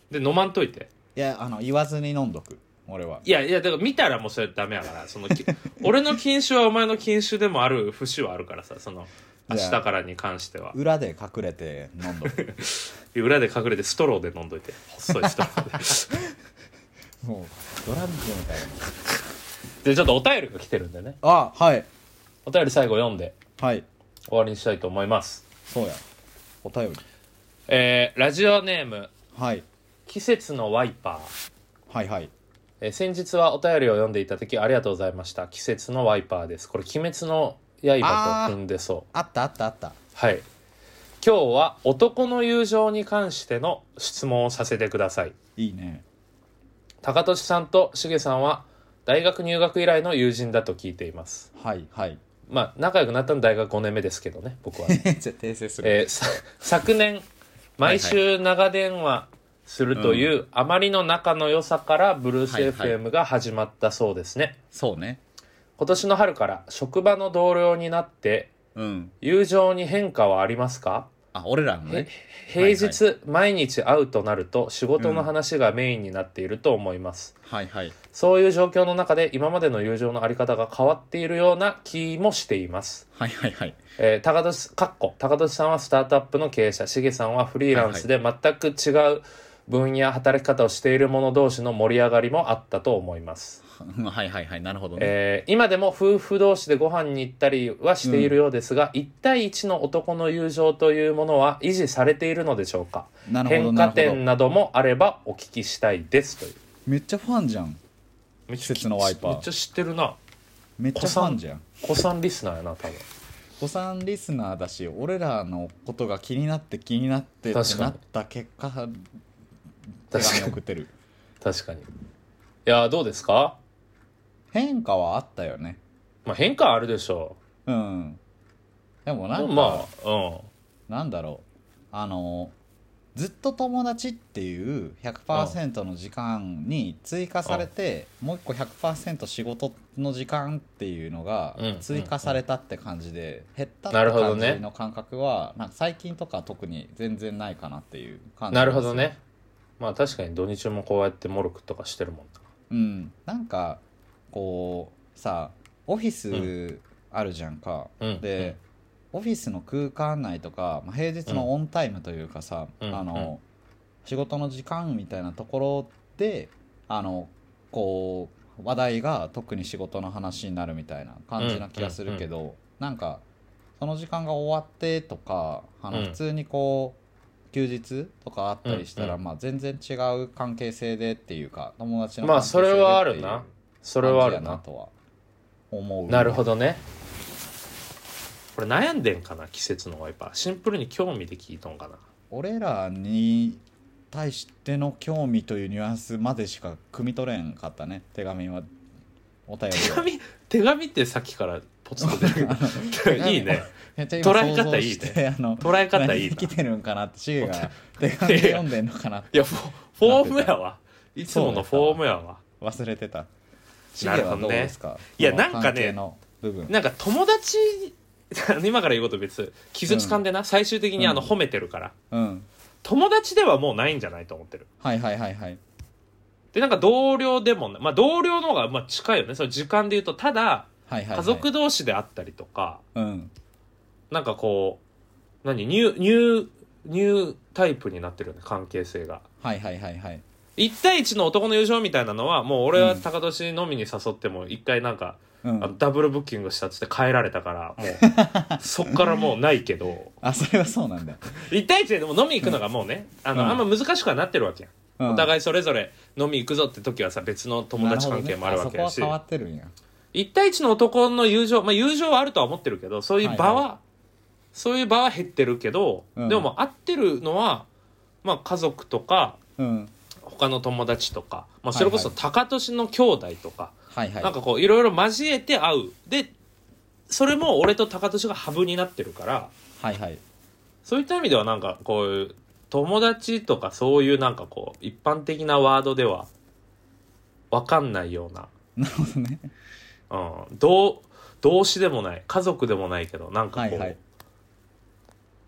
で飲まんといて。 いや言わずに飲んどく俺は。 いやいや、だから見たらもうそれダメやから、俺の禁酒はお前の禁酒でもある節はあるからさ、明日からに関しては裏で隠れて飲んどく裏で隠れてストローで飲んどいて、細いストローでもうドラッグみたいな。 でちょっとお便りが来てるんでね、 あ、はい、 お便り最後読んではい、 終わりにしたいと思います。 そうや、お便り。 ラジオネーム、 はい、 季節のワイパー。 はいはい。 先日はお便りを読んでいただきありがとうございました。季節のワイパーです。これ鬼滅の刃と踏んでそう。 あったあったあった。 はい。今日は男の友情に関しての質問をさせてください。 いいね。 高俊さんとしげさんは大学入学以来の友人だと聞いています。 はいはい。 まあ仲良くなったの大学5年目ですけどね、僕は。 じゃあ訂正する。 昨年毎週長電話するという、あまりの仲の良さからブルース FM が始まったそうですね。 そうね。 今年の春から職場の同僚になって、友情に変化はありますか？ あ、俺らのね。 平日、毎日会うとなると仕事の話がメインになっていると思います。 はいはい。 そういう状況の中で今までの友情のあり方が変わっているような気もしています。 はいはいはい。 高俊さんはスタートアップの経営者、しげさんはフリーランスで全く違う分野、働き方をしている者同士の盛り上がりもあったと思います。 はいはいはい、なるほどね。 今でも夫婦同士でご飯に行ったりはしているようですが、1対1の男の友情というものは維持されているのでしょうか？変化点などもあればお聞きしたいですという。 めっちゃファンじゃん。季節のワイパー。 めっちゃ知ってるな。 めっちゃファンじゃん。 子さんリスナーやな、多分。 子さんリスナーだし、俺らのことが気になってってなった結果手紙送ってる。 確かに。いや、どうですか？ 変化はあったよね。 まあ変化はあるでしょう。でもなんか、 まあ、 なんだろう、ずっと友達っていう 100% の時間に追加されて、もう一個 100% 仕事の時間っていうのが追加されたって感じで、減ったって感じの感覚はなんか最近とか特に全然ないかなっていう感じです。 なるほどね。まあ確かに土日もこうやってモルクとかしてるもんな。なんかこうさ、オフィスあるじゃんか。で、オフィスの空間内とか、平日のオンタイムというかさ、仕事の時間みたいなところでこう話題が特に仕事の話になるみたいな感じな気がするけど、なんかその時間が終わってとか普通にこう休日とかあったりしたら、全然違う関係性でっていうか、友達の関係性でっていうそれはあるな。それはあるなとは思う。 なるほどね。これ悩んでんかな、季節のワイパー。シンプルに興味で聞いとんかな。 俺らに対しての興味というニュアンスまでしか汲み取れんかったね。手紙は、お便りは。 手紙ってさっきからポツと出るいいね。捉え方いいね。捉え方いいな。 来てるんかなって、シゲが手紙読んでんのかなって。 いや、フォームやわ。いつものフォームやわ。 忘れてた。シゲはどうですか？ いや、なんかね、なんか友達今から言うこと別傷つかんでな、最終的に褒めてるから、友達ではもうないんじゃないと思ってる。 はいはいはいはい。 で、なんか同僚でも、同僚の方が近いよね、その時間で言うと。ただ、家族同士であったりとか、なんかこうニュータイプになってるよね、関係性が。 はいはいはいはい。 1対1の男の友情みたいなのは、もう俺は高俊飲みに誘っても一回なんか、ダブルブッキングしたっつって帰られたから、もうそっからもうないけどそれはそうなんだ。 1対1でも飲み行くのがもうね、あんま難しくはなってるわけやん、お互いそれぞれ飲み行くぞって時はさ、別の友達関係もあるわけやし、 そこは変わってるんや。 1対1の男の友情、友情はあるとは思ってるけど、そういう場は減ってるけど、でも合ってるのは、家族とか、他の友達とか、それこそ高俊の兄弟とか、なんかこういろいろ交えて会う。で、それも俺と高俊がハブになってるから、そういった意味ではなんかこういう友達とかそういうなんかこう一般的なワードでは分かんないような。 なるほどね。 同志でもない、家族でもないけど、なんかこう、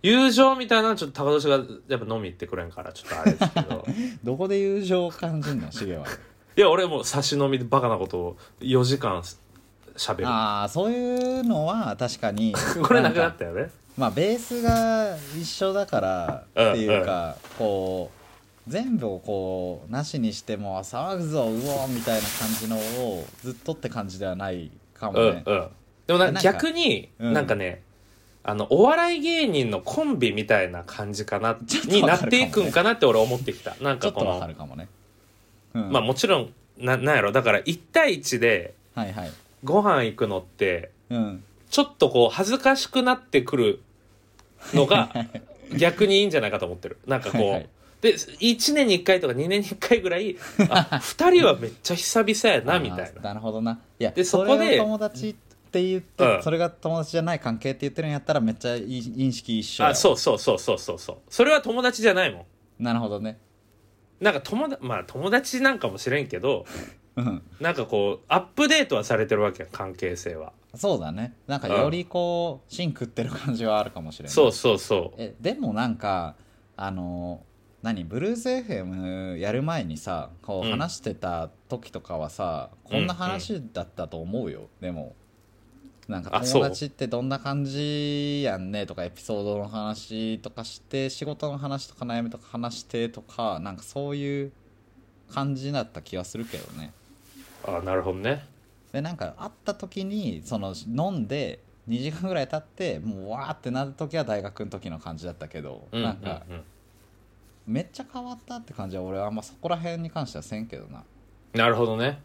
友情みたいなのちょっと高年がやっぱ飲み行ってくれんからちょっとあれですけどどこで友情を感じんのシゲは。 いや俺もう差し飲みでバカなことを4時間喋る。 ああそういうのは確かにこれなくなったよね。 まあベースが一緒だからっていうか、こう全部をこうなしにしても騒ぐぞうおみたいな感じのをずっとって感じではないかもね。 でもなんか逆になんかね、お笑い芸人のコンビみたいな感じかなになっていくんかなって俺思ってきた。なんかこのちょっとわかるかもね。まあもちろんなんやろだから1対1でご飯行くのって、ちょっとこう恥ずかしくなってくるのが逆にいいんじゃないかと思ってる。なんかこうで1年に1回とか2年に1回ぐらい2人はめっちゃ久々やなみたいな。 なるほどな。いやでそこで友達って言って、それが友達じゃない関係って言ってるんやったらめっちゃ認識一緒やわ。 そうそれは友達じゃないもん。なるほどね。 なんか友達なんかもしれんけどなんかこうアップデートはされてるわけや関係性は。 そうだね。なんかよりこう芯食ってる感じはあるかもしれない。 そうでもなんかブルース FM やる前にさこう話してた時とかはさ、こんな話だったと思うよ。でもなんか友達ってどんな感じやんねとかエピソードの話とかして仕事の話とか悩みとか話してとかなんかそういう感じだった気がするけどね。 なるほどね。 でなんか会った時にその飲んで2時間ぐらい経ってもうわーってなる時は大学の時の感じだったけど、なんかめっちゃ変わったって感じは俺はあんまそこら辺に関してはせんけどな。 なるほどね。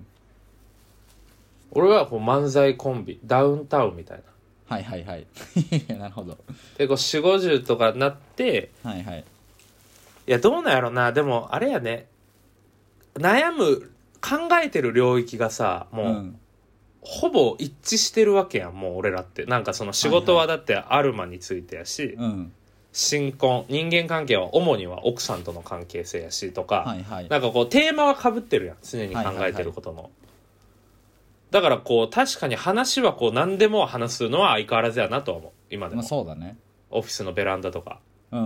俺はこう漫才コンビダウンタウンみたいな。 はいなるほど。 でこう4 50とかなっていやどうなんやろな。でもあれやね悩む考えてる領域がさもう、ほぼ一致してるわけやんもう俺らって。なんかその仕事はだってアルマについてやし、新婚人間関係は主には奥さんとの関係性やしとか、なんかこうテーマは被ってるやん常に考えてることの、だからこう確かに話はこう何でも話すのは相変わらずやなとは思う今でも。 そうだね。 オフィスのベランダとか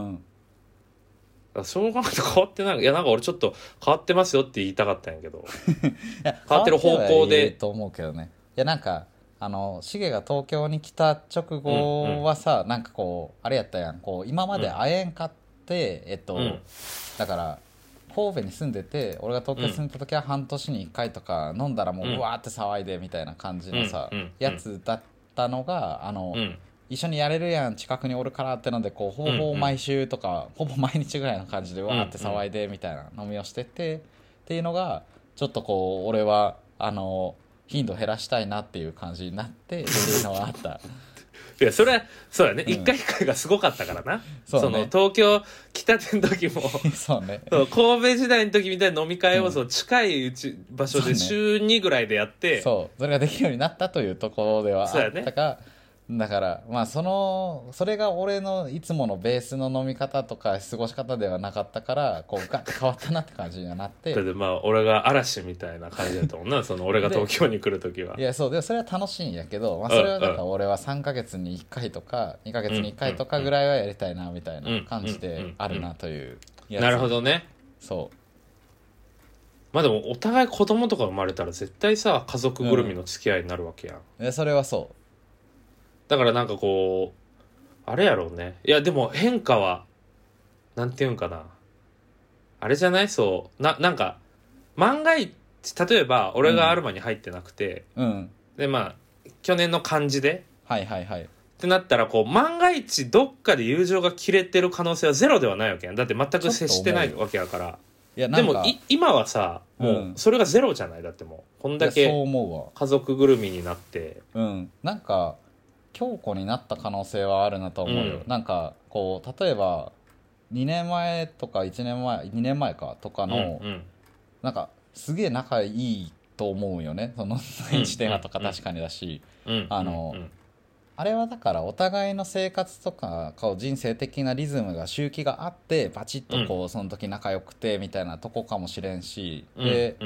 そう考えて変わってない。いやなんか俺ちょっと変わってますよって言いたかったんやけど変わってる方向でと思うけどね。いやなんかシゲが東京に来た直後はさ、なんかこうあれやったやんこう今まで会えんかって、だから神戸に住んでて俺が東京に住んでた時は半年に1回とか飲んだらもううわーって騒いでみたいな感じのさ、やつだったのが一緒にやれるやん近くにおるからってのでこうほぼ毎週とか、ほぼ毎日ぐらいの感じでわーって騒いでみたいな飲みをしてて、っていうのがちょっとこう俺は頻度減らしたいなっていう感じになってっていうのはあったいやそれはそうだね、一回一回がすごかったからな。その東京来たての時もそうね神戸時代の時みたいな飲み会を近い場所で週2ぐらいでやって、 それができるようになったというところではあったか、だからまあそれが俺のいつものベースの飲み方とか過ごし方ではなかったからこうガッて変わったなって感じにはなってだってまあ俺が嵐みたいな感じだったもんなその俺が東京に来る時は。 いやそうでそれは楽しいんやけど、それはだから俺は3ヶ月に1回とか2ヶ月に1回とかぐらいはやりたいなみたいな感じであるなというやつ。 なるほどね。 そうまあでもお互い子供とか生まれたら絶対さ家族ぐるみの付き合いになるわけやん。 それはそうだからなんかこうあれやろうね。いやでも変化はなんていうんかなあれじゃない。なんか万が一例えば俺がアルマに入ってなくて、でまあ去年の漢字でってなったらこう万が一どっかで友情が切れてる可能性はゼロではないわけやん。だって全く接してないわけやから。でも今はさもうそれがゼロじゃない。だってもうこんだけ家族ぐるみになってなんか強固になった可能性はあるなと思うよ。なんかこう例えば2年前とか1年前2年前かとかの、なんかすげえ仲いいと思うよね。その1点とか確かにだし、あれはだからお互いの生活とかこう人生的なリズムが周期があってバチッとこうその時仲良くてみたいなとこかもしれんし、で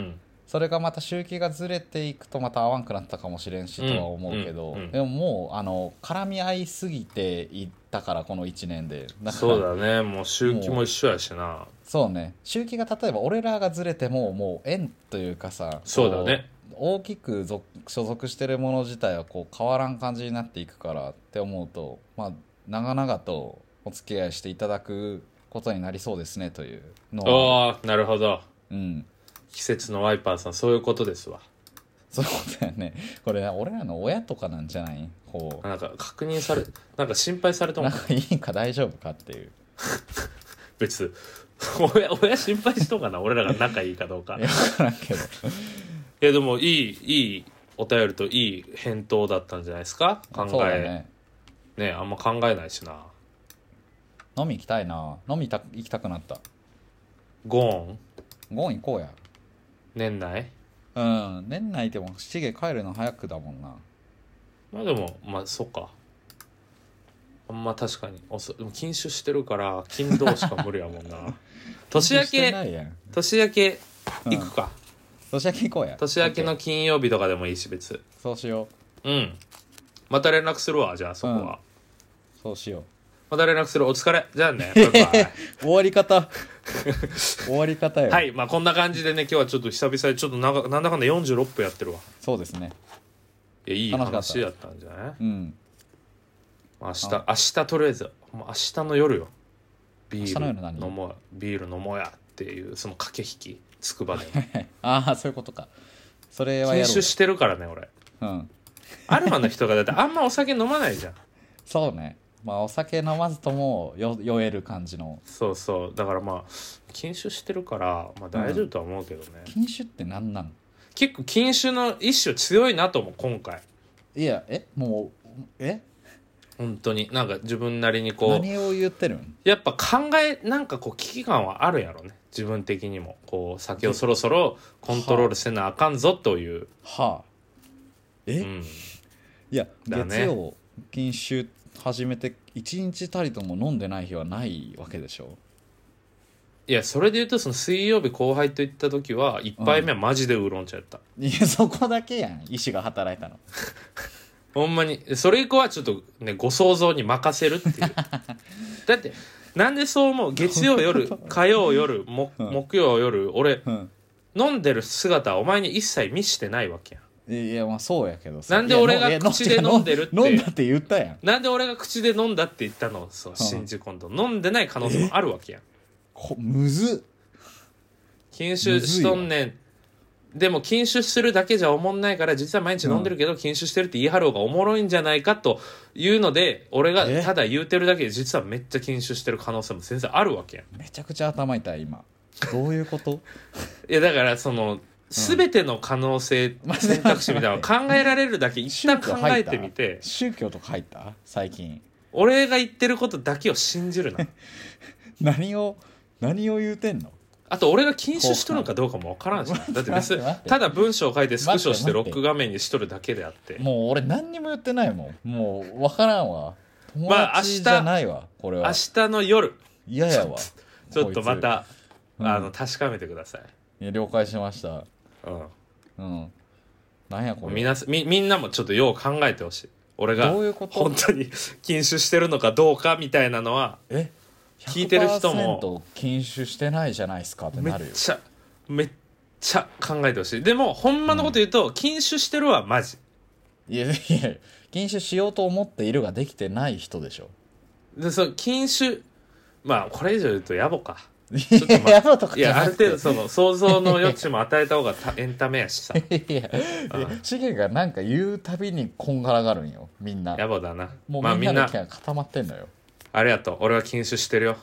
それがまた周期がずれていくとまた合わんくなったかもしれんしとは思うけど、でももう絡み合いすぎていったからこの1年で。だからそうだね、もう周期も一緒やしな。 そうね、周期が例えば俺らがずれてももう円というかさ、 そうだね、 大きく所属してるもの自体はこう変わらん感じになっていくからって思うと、まあ長々とお付き合いしていただくことになりそうですねというのは。 ああ、なるほど。 うん。 季節のワイパーさん、そういうことですわ。 そうだよね。これ俺らの親とかなんじゃない？こうなんか確認され、なんか心配されたもん。 なんかいいか大丈夫かっていう。 別、親心配しとんかな、俺らが仲いいかどうか。 いや、分からんけど。 いや、でもいいお便りといい返答だったんじゃないですか。 そうだね。 ね、あんま考えないしな。 飲み行きたいな。行きたくなった。 ゴゴーン行こうや。 年内。 うん、年内でもシゲ帰るの早くだもんな。 まあでも、まあそっか。あんま確かにでも禁酒してるから金土しか無理やもんな。年明け行くか、 年明け行こうや。 年明けの金曜日とかでもいいし別。 そうしよう。うん。また連絡するわ、じゃあそこは、 うん、そうしよう。 また連絡する。お疲れ。じゃあね。バイバイ。 終わり方終わり方よ。 はい、まあこんな感じでね、今日はちょっと久々にちょっとなんだかんだ46分やってるわ。 そうですね。 いい話やったんじゃない？ うん。 明日とりあえず明日の夜よ。ビール飲もうやっていうその駆け引き、つくばで。 ああ、そういうことか。それはやろう。 禁酒してるからね俺。 うん。 アルファの人がだってあんまお酒飲まないじゃん。 そうね。まあお酒飲まずとも酔える感じの。 そうそう、だからまあ禁酒してるからまあ大丈夫とは思うけどね、 禁酒って何なん？ 結構禁酒の一種強いなと思う今回。 いやもう本当になんか自分なりにこう何を言ってるん？ やっぱなんかこう危機感はあるやろね、自分的にも。こう酒をそろそろコントロールせなあかんぞという。 はあ。うん、いや、ね、月曜禁酒始めて1日たりとも飲んでない日はないわけでしょ。 いや、それで言うとその水曜日後輩と行った時は1杯目はマジでウーロン茶やった、 いやそこだけやん意志が働いたの。 ほんまにそれ以降はちょっとねご想像に任せるっていうだってなんでそう思う？月曜夜火曜夜木曜夜俺、飲んでる姿はお前に一切見してないわけやん。 いやまあそうやけどさ、 なんで俺が口で飲んでるって飲んだって言ったやん。 なんで俺が口で飲んだって言ったのを信じ込んだ。飲んでない可能性もあるわけやん。 むずっ。 禁酒しとんねん。でも禁酒するだけじゃおもんないから実は毎日飲んでるけど禁酒してるって言い張る方がおもろいんじゃないかというので俺がただ言うてるだけで実はめっちゃ禁酒してる可能性も全然あるわけやん。 めちゃくちゃ頭痛い今。どういうこと？ いやだからその全ての可能性、選択肢みたいなの考えられるだけ一旦考えてみて。 宗教とか入った最近。 俺が言ってることだけを信じるな。 何を言うてんの？ あと俺が禁酒しとるのかどうかも分からんし、だって別にただ文章を書いてスクショしてロック画面にしとるだけであって。 もう俺何にも言ってないもん。もう分からんわ。友達じゃないわ、これは。 明日の夜嫌やわ。 ちょっとまた確かめてください。 いや了解しました。 うん。 なんやこれ。 みんなもちょっとよう考えてほしい。俺がどういうこと？ 本当に禁酒してるのかどうかみたいなのは聞いてる人も 100% 禁酒してないじゃないですかってなるよ。 めっちゃ考えてほしい。でもほんまのこと言うと、禁酒してるはマジ。 いや禁酒しようと思っているができてない人でしょ。 で禁酒まあこれ以上言うと野暮か。 やろうとかいやある程度その想像の余地も与えた方がエンタメやしさ。 シゲがなんか言うたびにこんがらがるんよみんな。 野暮だな。 もうみんなの意見が固まってんのよ。 ありがとう。俺は禁酒してるよ。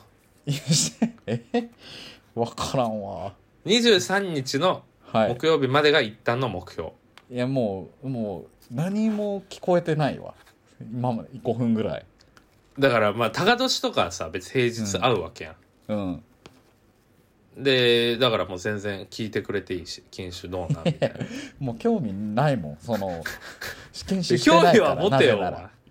分からんわ。 23日の木曜日までが一旦の目標。 いやもう何も聞こえてないわ今まで5分ぐらい。 だからまあ高年とかさ別平日会うわけやん。でだからもう全然聞いてくれていいし禁酒どうなんみたいな。 もう興味ないもんその禁酒してないから。 興味は持てよ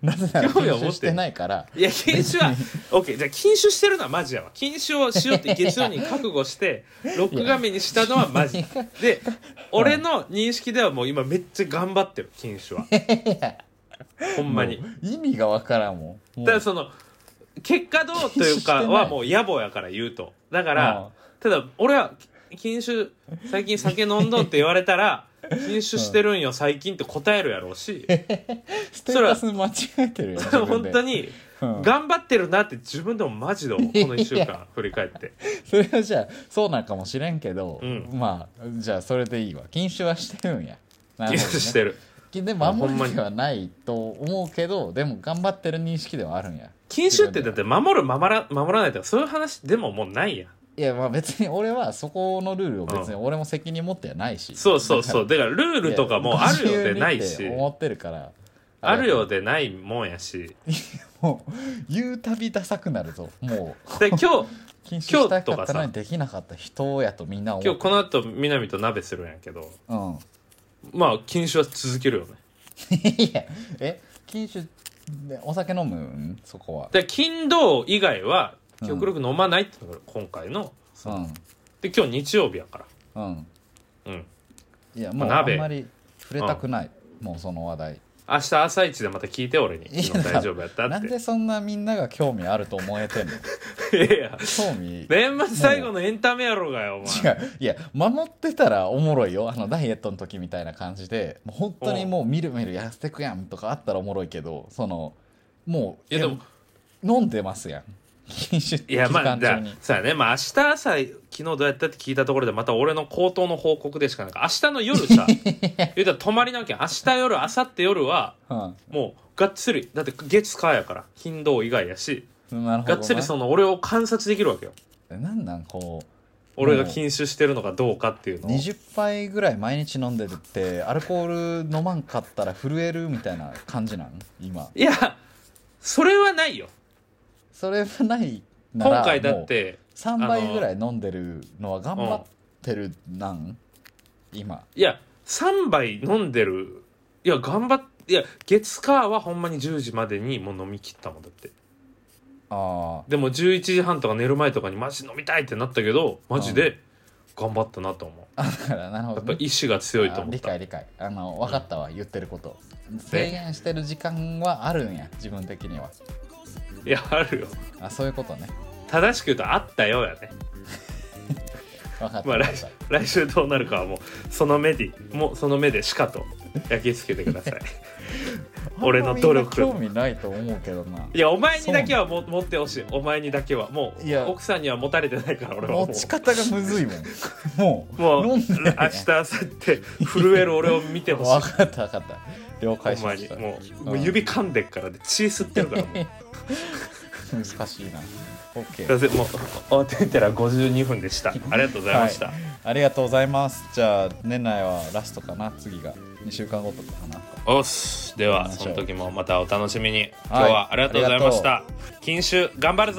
なぜなら禁酒してないから。 いや禁酒は OK じゃあ禁酒してるのはマジやわ。禁酒をしようって月曜に覚悟してロック画面にしたのはマジで、俺の認識ではもう今めっちゃ頑張ってる禁酒はほんまに意味がわからんもん。 だからその結果どうというかはもう野暮やから言うと。だからただ俺は禁酒最近酒飲んどんって言われたら禁酒してるんよ最近って答えるやろうしステータス間違えてるよ本当に頑張ってるなって自分でもマジでこの1週間振り返ってそれはじゃあそうなんかもしれんけど、まあじゃあそれでいいわ。禁酒はしてるんや。 禁酒してる。 でも守りではないと思うけどでも頑張ってる認識ではあるんや。 禁酒ってだって守らないとかそういう話でももうないやん。 いやまあ別に俺はそこのルールを別に俺も責任持ってはないし、 そうだからルールとかもあるようでないし思ってるからあるようでないもんやしもう言うたびダサくなるぞもうで今日禁酒したかったのにできなかった人やとみんな思う。 今日この後南と鍋するんやけど、まあ禁酒は続けるよねいや禁酒でお酒飲むんそこは。 で金土以外は極力飲まないってのが今回の、で今日日曜日やからいやもうあんまり触れたくない、もうその話題。 明日朝一でまた聞いて俺に昨日大丈夫やったって。 なんでそんなみんなが興味あると思えてんのいや興味年末最後のエンタメやろうがよお前。違ういや守ってたらおもろいよ。ダイエットの時みたいな感じでもう本当にもうみるみる痩せてくやんとかあったらおもろいけどそのもういやでも飲んでますやん禁酒期間中に。いやまあじゃあそうやね、まあ明日朝昨日どうやったって聞いたところでまた俺の口頭の報告でしかなんか明日の夜さ言うたら泊まりなきゃ明日夜明後日夜はもうがっつりだって月火やから金土以外やし、がっつりその俺を観察できるわけよ。 なんこう俺が禁酒してるのかどうかっていうのを 20杯ぐらい毎日飲んでるってアルコール飲まんかったら震えるみたいな感じなん今。 いやそれはないよ。 それはないなら今回だって 3杯ぐらい飲んでるのは頑張ってるなん今。 いや3杯飲んでるいや頑張っていや月火はほんまに10時までにもう飲み切ったもんだって。でも11時半とか寝る前とかにマジ飲みたいってなったけどマジで頑張ったなと思う。 だからなるほど、 やっぱ意志が強いと思った。 理解分かったわ、言ってること。制限してる時間はあるんや自分的には。 いやあるよ。 そういうことね。 正しく言うとあったよやね分かった、 まあ、来週どうなるかはもうその目でしかと焼き付けてください俺の努力。 興味ないと思うけどな。 いやお前にだけは持ってほしい。お前にだけはもう奥さんには持たれてないから俺は。 持ち方がむずいもんもう明日明後日震える俺を見てほしい。 分かった了解しました。 もう指噛んでっからで血吸ってるからもう難しいな。OK。 もう終わってみたら52分でした。ありがとうございました、 ありがとうございます。じゃあ年内はラストかな。次が2週間後とかかな。 おっす。ではその時もまたお楽しみに。今日はありがとうございました。禁酒頑張るぞ。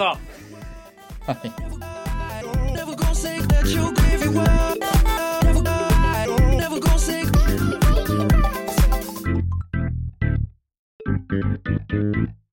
はい